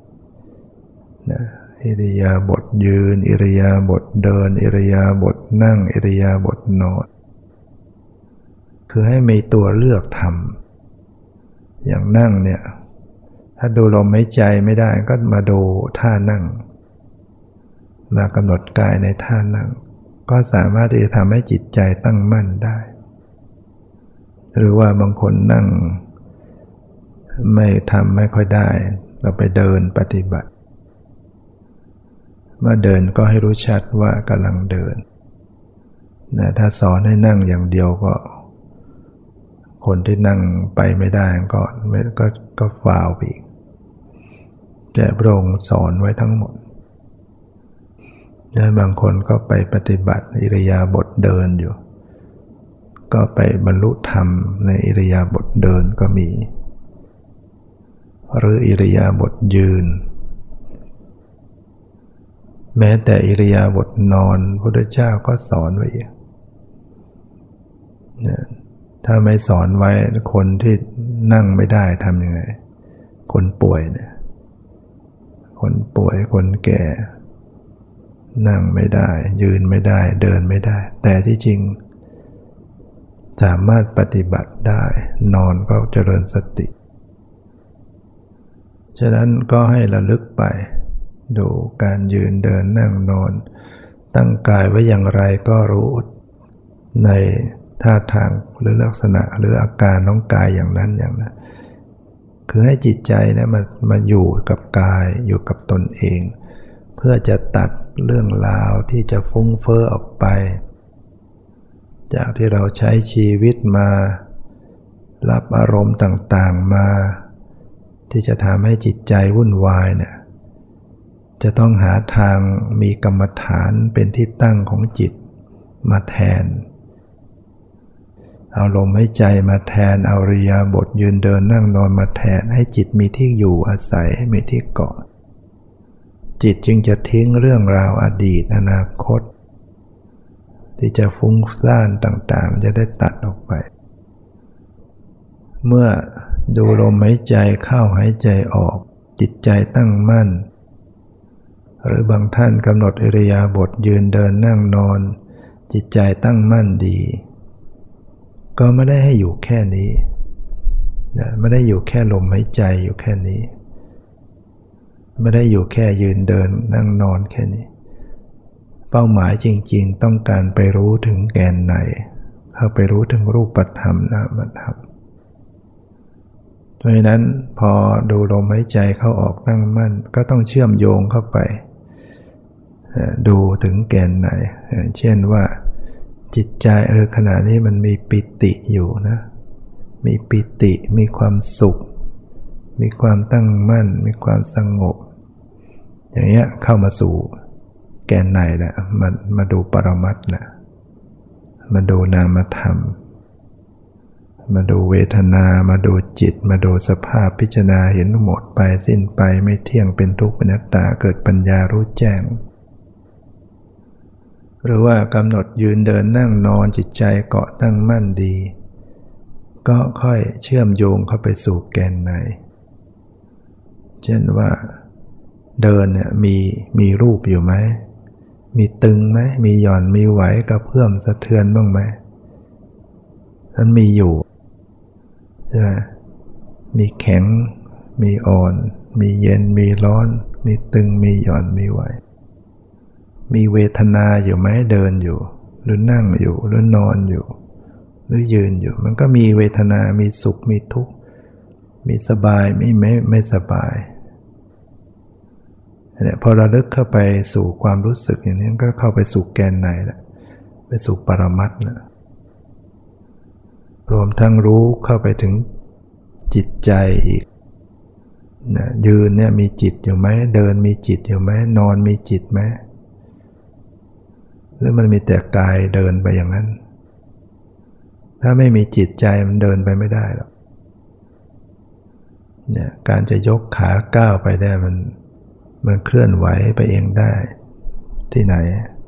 อิริยาบถยืนอิริยาบถเดินอิริยาบถนั่งอิริยาบถนอนคือให้มีตัวเลือกทำอย่างนั่งเนี่ยถ้าดูลมหายใจไม่ได้ก็มาดูท่านั่งมากำหนดกายในท่านั่งก็สามารถที่จะทำให้จิตใจตั้งมั่นได้หรือว่าบางคนนั่งไม่ค่อยได้เราไปเดินปฏิบัติเมื่อเดินก็ให้รู้ชัดว่ากำลังเดินนะถ้าสอนให้นั่งอย่างเดียวก็คนที่นั่งไปไม่ได้ก็ฟาวไปอีกแต่พระองค์สอนไว้ทั้งหมดและบางคนก็ไปปฏิบัติอิริยาบถเดินอยู่ก็ไปบรรลุธรรมในอิริยาบถเดินก็มีหรืออิริยาบถยืนแม้แต่อิริยาบถนอนพระพุทธเจ้าก็สอนไว้ถ้าไม่สอนไว้คนที่นั่งไม่ได้ทำยังไงคนป่วยเนี่ยคนป่วยคนแก่นั่งไม่ได้ยืนไม่ได้เดินไม่ได้แต่ที่จริงสามารถปฏิบัติได้นอนก็เจริญสติฉะนั้นก็ให้ระลึกไปดูการยืนเดินนั่งนอนตั้งกายไว้อย่างไรก็รู้ในท่าทางหรือลักษณะหรืออาการของกายอย่างนั้นคือให้จิตใจเนี่ยมาอยู่กับกายอยู่กับตนเองเพื่อจะตัดเรื่องราวที่จะฟุ้งเฟ้อออกไปจากที่เราใช้ชีวิตมารับอารมณ์ต่างๆมาที่จะทำให้จิตใจวุ่นวายเนี่ยจะต้องหาทางมีกรรมฐานเป็นที่ตั้งของจิตมาแทนเอาลมหายใจมาแทนเอาอิริยาบถยืนเดินนั่งนอนมาแทนให้จิตมีที่อยู่อาศัยมีที่เกาะจิตจึงจะทิ้งเรื่องราวอดีตอนาคตที่จะฟุ้งซ่านต่างๆจะได้ตัดออกไปเมื่อดูลมหายใจเข้าหายใจออกจิตใจตั้งมั่นหรือบางท่านกำหนดอิริยาบถยืนเดินนั่งนอนจิตใจตั้งมั่นดีก็ไม่ได้ให้อยู่แค่นี้นะไม่ได้อยู่แค่ลมหายใจอยู่แค่นี้ไม่ได้อยู่แค่ยืนเดินนั่งนอนแค่นี้เป้าหมายจริงๆต้องการไปรู้ถึงแกนในเข้าไปรู้ถึงรูปธรรมนามธรรมเพราะฉะนั้นพอดูลมหายใจเข้าออกนั่งมั่นก็ต้องเชื่อมโยงเข้าไปดูถึงแกนในเช่นว่าจิตใจขณะนี้มันมีปิติอยู่นะมีปิติมีความสุขมีความตั้งมั่นมีความสงบอย่างเงี้ยเข้ามาสู่แกนในแหละมาดูปรมัตถ์แหละมาดูนามธรรมมาดูเวทนามาดูจิตมาดูสภาพพิจารณาเห็นหมดไปสิ้นไปไม่เที่ยงเป็นทุกข์เป็นอนัตตาเกิดปัญญารู้แจ้งหรือว่ากำหนดยืนเดินนั่งนอนจิตใจเกาะตั้งมั่นดีก็ค่อยเชื่อมโยงเข้าไปสู่แกนในเช่นว่าเดินเนี่ยมีรูปอยู่ไหมมีตึงไหมมีหย่อนมีไหวกระเพื่อมสะเทือนบ้างไหมมันมีอยู่ใช่ไหมมีแข็งมีอ่อนมีเย็นมีร้อนมีตึงมีหย่อนมีไหวมีเวทนาอยู่ไหมเดินอยู่หรือนั่งอยู่หรือนอนอยู่หรือยืนอยู่มันก็มีเวทนามีสุขมีทุกข์มีสบายไม่สบายเนี่ยพอระลึกเข้าไปสู่ความรู้สึกอย่างนี้ก็เข้าไปสู่แกนในแล้วไปสู่ปรมัตถ์แล้วรวมทั้งรู้เข้าไปถึงจิตใจอีกนะยืนเนี่ยมีจิตอยู่ไหมเดินมีจิตอยู่ไหมนอนมีจิตไหมหรือมันมีแต่กายเดินไปอย่างนั้นถ้าไม่มีจิตใจมันเดินไปไม่ได้หรอกเนี่ยการจะยกขาก้าวไปได้มันเคลื่อนไหวไปเองได้ที่ไหน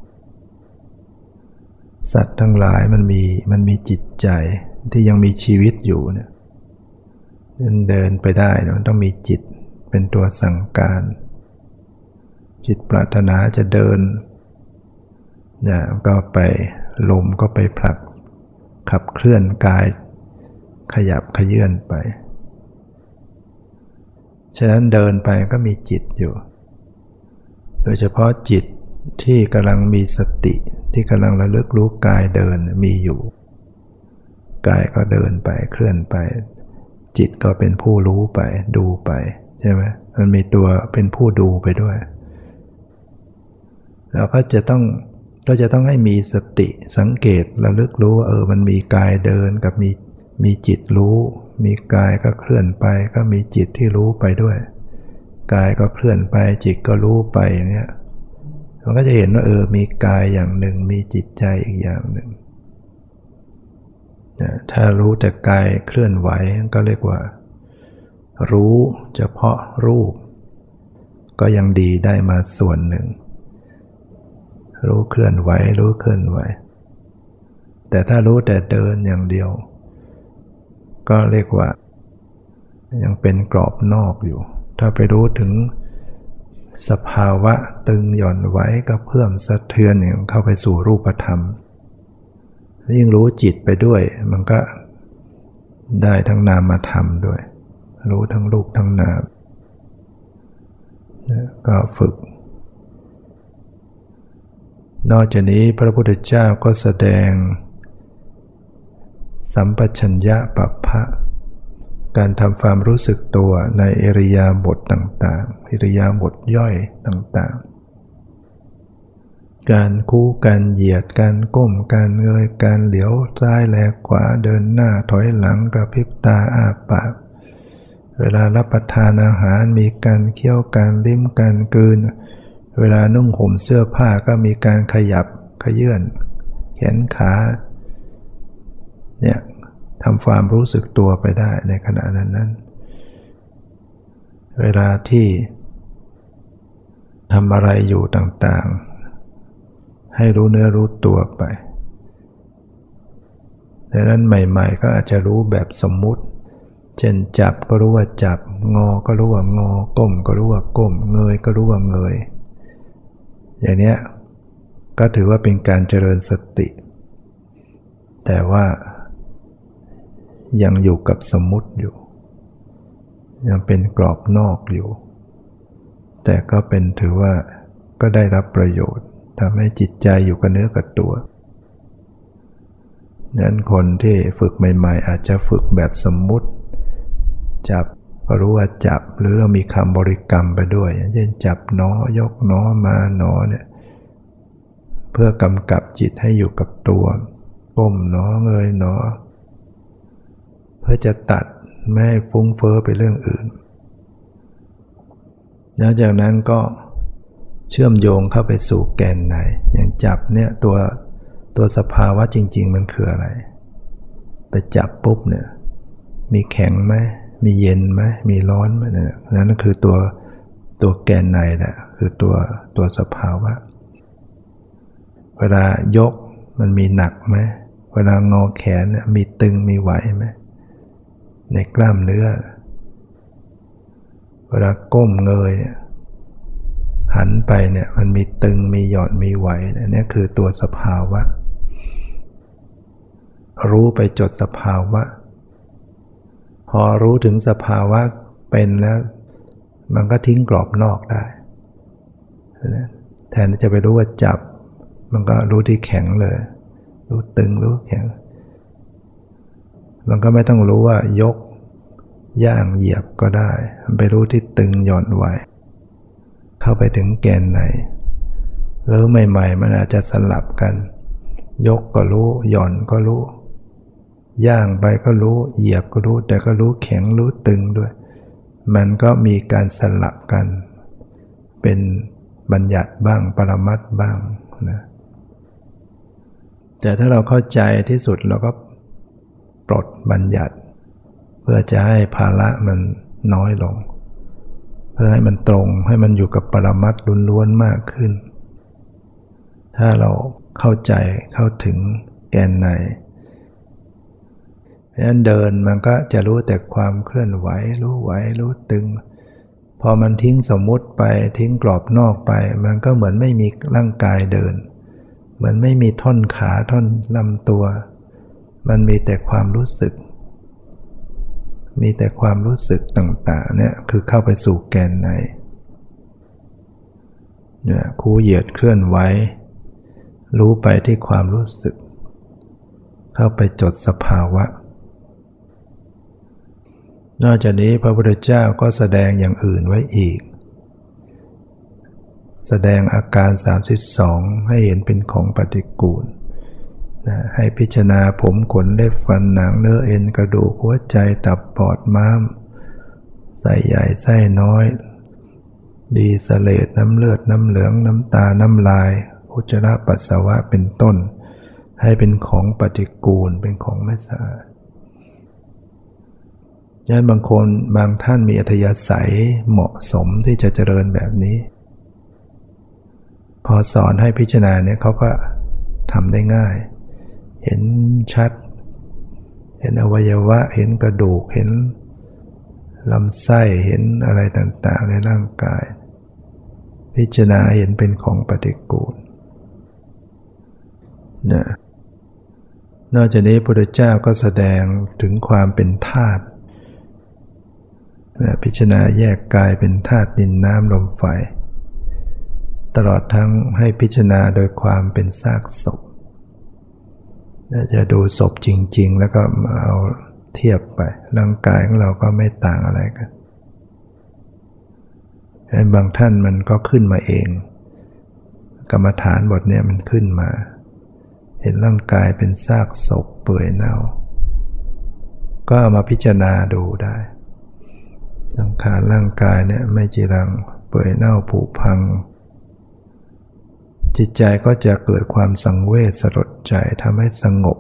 สัตว์ทั้งหลายมันมีจิตใจที่ยังมีชีวิตอยู่เนี่ยเดินไปได้มันต้องมีจิตเป็นตัวสั่งการจิตปรารถนาจะเดินเนี่ยก็ไปลมก็ไปผลักขับเคลื่อนกายขยับเขยื้อนไปฉะนั้นเดินไปก็มีจิตอยู่โดยเฉพาะจิตที่กำลังมีสติที่กำลังระลึกรู้กายเดินมีอยู่กายก็เดินไปเคลื่อนไปจิตก็เป็นผู้รู้ไปดูไปใช่ไหมมันมีตัวเป็นผู้ดูไปด้วยแล้วก็จะต้องให้มีสติสังเกตระลึกรู้ว่ามันมีกายเดินกับมีจิตรู้มีกายก็เคลื่อนไปก็มีจิตที่รู้ไปด้วยกายก็เคลื่อนไปจิตก็รู้ไปอย่างเงี้ยมันก็จะเห็นว่ามีกายอย่างหนึ่งมีจิตใจอีกอย่างหนึ่งถ้ารู้แต่กายเคลื่อนไหวก็เรียกว่ารู้เฉพาะรูปก็ยังดีได้มาส่วนหนึ่งรู้เคลื่อนไหวรู้เคลื่อนไหวแต่ถ้ารู้แต่เดินอย่างเดียวก็เรียกว่ายังเป็นกรอบนอกอยู่ถ้าไปรู้ถึงสภาวะตึงหย่อนไหวกระเพื่อมสะเทือนอย่างเข้าไปสู่รูปธรรมยิ่งรู้จิตไปด้วยมันก็ได้ทั้งนามธรรมด้วยรู้ทั้งรูปทั้งนามก็ฝึกนอกจากนี้พระพุทธเจ้าก็แสดงสัมปชัญญะปัปพะการทำความรู้สึกตัวในอิริยาบถต่างๆอิริยาบถย่อยต่างๆการคู่การเหยียดการก้มการเงยการเหลียวซ้ายแลขวาเดินหน้าถอยหลังกระพริบตาอ้าปากเวลารับประทานอาหารมีการเคี้ยวการลิ้มการกลืนเวลานุ่งห่มเสื้อผ้าก็มีการขยับขยื่นแขนขาเนี่ยทำความรู้สึกตัวไปได้ในขณะนั้นเวลาที่ทำอะไรอยู่ต่างๆให้รู้เนื้อรู้ตัวไปดังนั้นใหม่ๆก็อาจจะรู้แบบสมมุติเช่นจับก็รู้ว่าจับงอก็รู้ว่างอก้มก็รู้ว่าก้มเงยก็รู้ว่าเงยอย่างเนี้ยก็ถือว่าเป็นการเจริญสติแต่ว่ายังอยู่กับสมมุติอยู่ยังเป็นกรอบนอกอยู่แต่ก็เป็นถือว่าก็ได้รับประโยชน์ทำให้จิตใจอยู่กับเนื้อกับตัวนั้นคนที่ฝึกใหม่ๆอาจจะฝึกแบบสมมุติจับก็รู้ว่าจับหรือเรามีคำบริกรรมไปด้วยเช่นจับหนอยกหนอมาหนอเนี่ยเพื่อกำกับจิตให้อยู่กับตัวก้มหนอเงยหนอเพื่อจะตัดไม่ให้ฟุ้งเฟ้อไปเรื่องอื่นแล้วจากนั้นก็เชื่อมโยงเข้าไปสู่แกนในอย่างจับเนี่ยตัวสภาวะจริงๆมันคืออะไรไปจับปุ๊บเนี่ยมีแข็งไหมมีเย็นไหมมีร้อนไหมเนี่ยนั่นคือตัวแกนในแหละคือตัวสภาวะเวลายกมันมีหนักไหมเวลางอแขนมีตึงมีไหวไหมในกล้ามเนื้อเวลาก้มเงยหันไปเนี่ยมันมีตึงมีหย่อนมีไหวเนี่ยคือตัวสภาวะรู้ไปจดสภาวะพอรู้ถึงสภาวะเป็นแล้วมันก็ทิ้งกรอบนอกได้แทนที่จะไปรู้ว่าจับมันก็รู้ที่แข็งเลยรู้ตึงรู้แข็งมันก็ไม่ต้องรู้ว่ายกย่างเหยียบก็ได้ไปรู้ที่ตึงหย่อนไหวเข้าไปถึงแกนในหรือใหม่ๆมันอาจจะสลับกันยกก็รู้หย่อนก็รู้ย่างไปก็รู้เหยียบก็รู้แต่ก็รู้แข็งรู้ตึงด้วยมันก็มีการสลับกันเป็นบัญญัติบ้างปรมัตถ์บ้างนะแต่ถ้าเราเข้าใจที่สุดเราก็ปลดบัญญัติเพื่อจะให้ภาระมันน้อยลงเพื่อให้มันตรงให้มันอยู่กับปรมัตถ์ล้วนๆมากขึ้นถ้าเราเข้าใจเข้าถึงแกนในเพราะฉะนั้นเดินมันก็จะรู้แต่ความเคลื่อนไหวรู้ไหวรู้ตึงพอมันทิ้งสมมุติไปทิ้งกรอบนอกไปมันก็เหมือนไม่มีร่างกายเดินเหมือนไม่มีท่อนขาท่อนลำตัวมันมีแต่ความรู้สึกมีแต่ความรู้สึกต่างๆเนี่ยคือเข้าไปสู่แกนในเนี่ยคู่เหยียดเคลื่อนไหวรู้ไปที่ความรู้สึกเข้าไปจดสภาวะนอกจากนี้พระพุทธเจ้าก็แสดงอย่างอื่นไว้อีกแสดงอาการ32ให้เห็นเป็นของปฏิกูลนะให้พิจารณาผมขนเล็บฟันหนังเนื้อเอ็นกระดูกหัวใจตับปอดม้ามไส้ใหญ่ไส้น้อยดีเสลดน้ำเลือดน้ำเหลืองน้ำตาน้ำลายอุจจาระปัสสาวะเป็นต้นให้เป็นของปฏิกูลเป็นของไม่สะอาดยันบางคนบางท่านมีอัธยาศัยเหมาะสมที่จะเจริญแบบนี้พอสอนให้พิจารณาเนี่ยเขาก็ทำได้ง่ายเห็นชัดเห็นอวัยวะเห็นกระดูกเห็นลำไส้เห็นอะไรต่างๆในร่างกายพิจารณาเห็นเป็นของปฏิกูลนะนอกจากนี้พระพุทธเจ้าก็แสดงถึงความเป็นธาตุพิจารณาแยกกายเป็นธาตุดินน้ำลมไฟตลอดทั้งให้พิจารณาโดยความเป็นซากศพจะดูศพจริงๆแล้วก็เอาเทียบไปร่างกายของเราก็ไม่ต่างอะไรกันบางท่านมันก็ขึ้นมาเองกรรมฐานบทเนี่ยมันขึ้นมาเห็นร่างกายเป็นซากศพเปื่อยเน่าก็เอามาพิจารณาดูได้สังขารร่างกายเนี่ยไม่จีรังเปื่อยเน่าผุพังจิตใจก็จะเกิดความสังเวชสลดใจทำให้สงบ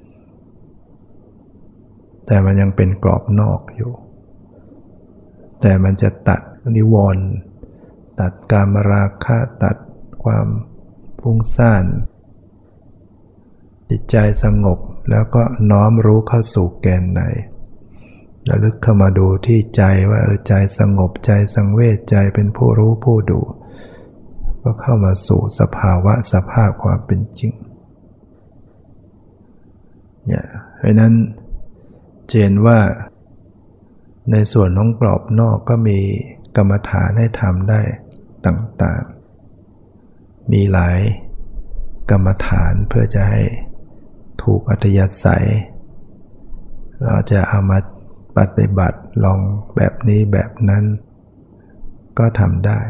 แต่มันยังเป็นกรอบนอกอยู่แต่มันจะตัดนิวรณ์ตัดกามราคะตัดความฟุ้งซ่านจิตใจสงบแล้วก็น้อมรู้เข้าสู่แกนในระลึกเข้ามาดูที่ใจว่าใจสงบใจสังเวชใจเป็นผู้รู้ผู้ดูก็เข้ามาสู่สภาวะสภาพความเป็นจริงเนี่ยเพราะนั้นเจนว่าในส่วนของกรอบนอกก็มีกรรมฐานให้ทำได้ต่างๆมีหลายกรรมฐานเพื่อจะให้ถูกอัธยาศัยเราจะเอามาปฏิบัติลองแบบนี้แบบนั้นก็ทำได้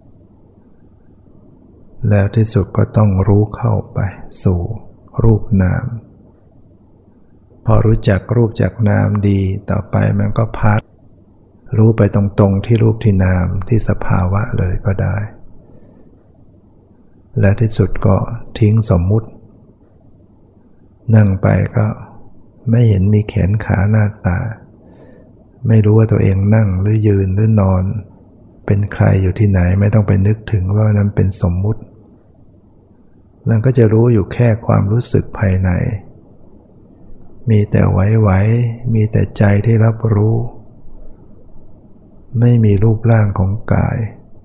แล้วที่สุดก็ต้องรู้เข้าไปสู่รูปนามพอรู้จักรูปจักนามดีต่อไปมันก็พัดรู้ไปตรงๆที่รูปที่นามที่สภาวะเลยก็ได้และที่สุดก็ทิ้งสมมุตินั่งไปก็ไม่เห็นมีแขนขาหน้าตาไม่รู้ว่าตัวเองนั่งหรือยืนหรือนอนเป็นใครอยู่ที่ไหนไม่ต้องไปนึกถึงว่านั้นเป็นสมมุติมันก็จะรู้อยู่แค่ความรู้สึกภายในมีแต่ไหวๆมีแต่ใจที่รับรู้ไม่มีรูปร่างของกาย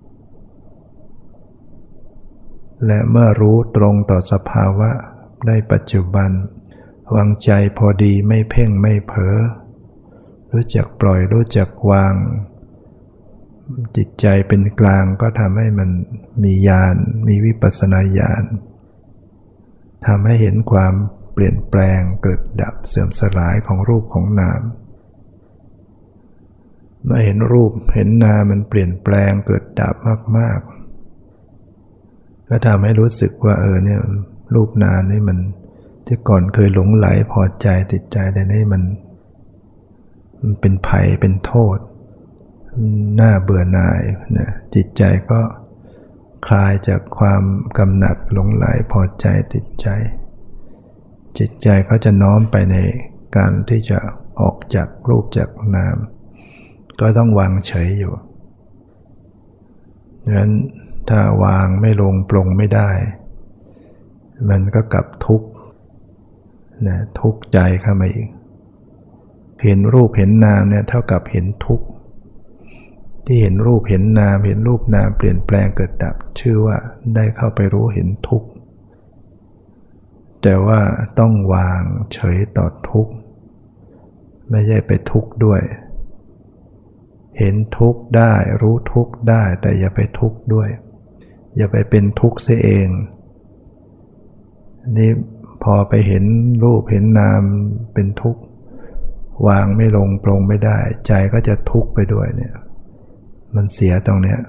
และเมื่อรู้ตรงต่อสภาวะได้ปัจจุบันวางใจพอดีไม่เพ่งไม่เผลอรู้จักปล่อยรู้จักวางจิตใจเป็นกลางก็ทำให้มันมีญาณมีวิปัสสนาญาณทำให้เห็นความเปลี่ยนแปลงเกิดดับเสื่อมสลายของรูปของนามเมื่อเห็นรูปเห็นนามมันเปลี่ยนแปลงเกิดดับมากๆก็ทำให้รู้สึกว่าเนี่ยรูปนามนี่มันที่ก่อนเคยหลงไหลพอใจติดใจแต่นี่มันเป็นภัยเป็นโทษน่าเบื่อหน่ายนะจิตใจก็คลายจากความกำหนัดหลงไหลพอใจติดใจจิตใจก็จะน้อมไปในการที่จะออกจากรูปจากนามก็ต้องวางเฉยอยู่งั้นถ้าวางไม่ลงปลงไม่ได้มันก็กลับทุกข์นะทุกข์ใจเข้ามาอีกเห็นรูปเห็นนามเนี่ยเท่ากับเห็นทุกข์ที่เห็นรูปเห็นนามเห็นรูปนามเปลี่ยนแปลงเกิดดับชื่อว่าได้เข้าไปรู้เห็นทุกข์แต่ว่าต้องวางเฉยต่อทุกข์ไม่ใช่ไปทุกข์ด้วยเห็นทุกข์ได้รู้ทุกข์ได้แต่อย่าไปทุกข์ด้วยอย่าไปเป็นทุกข์เสียเองนี่พอไปเห็นรูปเห็นนามเป็นทุกข์วางไม่ลงปลงไม่ได้ใจก็จะทุกข์ไปด้วยเนี่ยมันเสียตรงเนี้ย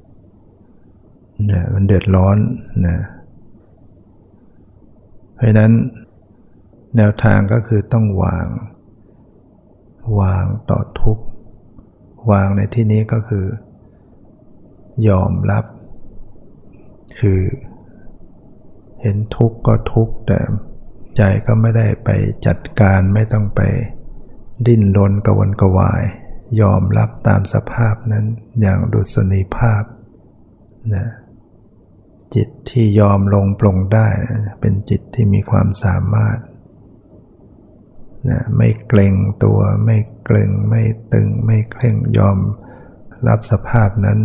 มันเดือดร้อนนะเพราะนั้นแนวทางก็คือต้องวางต่อทุกข์วางในที่นี้ก็คือยอมรับคือเห็นทุกข์ก็ทุกข์แต่ใจก็ไม่ได้ไปจัดการไม่ต้องไปดิ้นรนกระวนกระวายยอมรับตามสภาพนั้นอย่างดุษณีภาพนะจิตที่ยอมลงปลงได้เป็นจิตที่มีความสามารถนะไม่เกรงตัวไม่เกร็งไม่ตึงไม่เคร่งยอมรับสภาพนั้น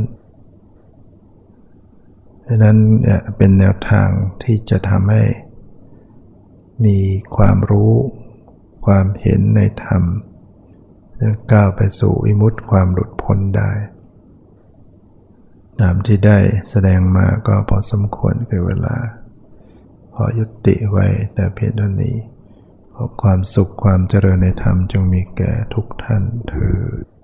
ดังนั้นเป็นแนวทางที่จะทำให้มีความรู้ความเห็นในธรรมก้าวไปสู่วิมุตติความหลุดพ้นได้ตามที่ได้แสดงมาก็พอสมควรแก่เวลาขอยุติไว้แต่เพียงเท่านี้ขอความสุขความเจริญในธรรมจงมีแก่ทุกท่านเทอญ